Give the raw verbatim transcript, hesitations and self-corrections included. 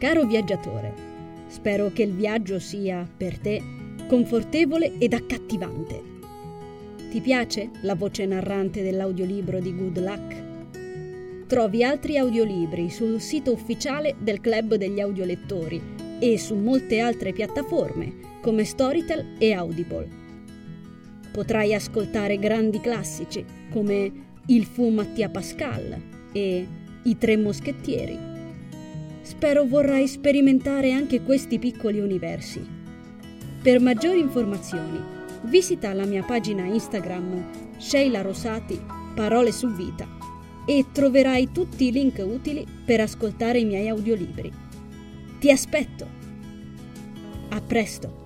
Caro viaggiatore, spero che il viaggio sia, per te, confortevole ed accattivante. Ti piace la voce narrante dell'audiolibro di Good Luck? Trovi altri audiolibri sul sito ufficiale del Club degli Audiolettori e su molte altre piattaforme come Storytel e Audible. Potrai ascoltare grandi classici come Il fu Mattia Pascal e I Tre Moschettieri. Spero vorrai sperimentare anche questi piccoli universi. Per maggiori informazioni, visita la mia pagina Instagram Sheila Rosati Parole su Vita e troverai tutti i link utili per ascoltare i miei audiolibri. Ti aspetto! A presto!